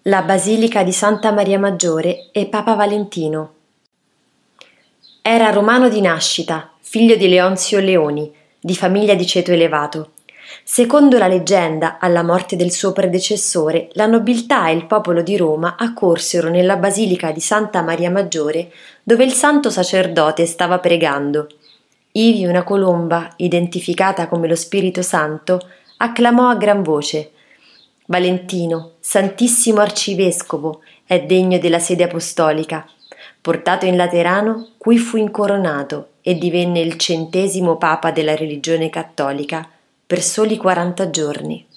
La Basilica di Santa Maria Maggiore e Papa Valentino. Era romano di nascita, figlio di Leonzio Leoni, di famiglia di ceto elevato. Secondo la leggenda, alla morte del suo predecessore, la nobiltà e il popolo di Roma accorsero nella Basilica di Santa Maria Maggiore, dove il santo sacerdote stava pregando. Ivi una colomba, identificata come lo Spirito Santo, acclamò a gran voce: «Valentino, Santissimo Arcivescovo, è degno della sede apostolica». Portato in Laterano, qui fu incoronato e divenne il 100° Papa della religione cattolica per soli 40 giorni.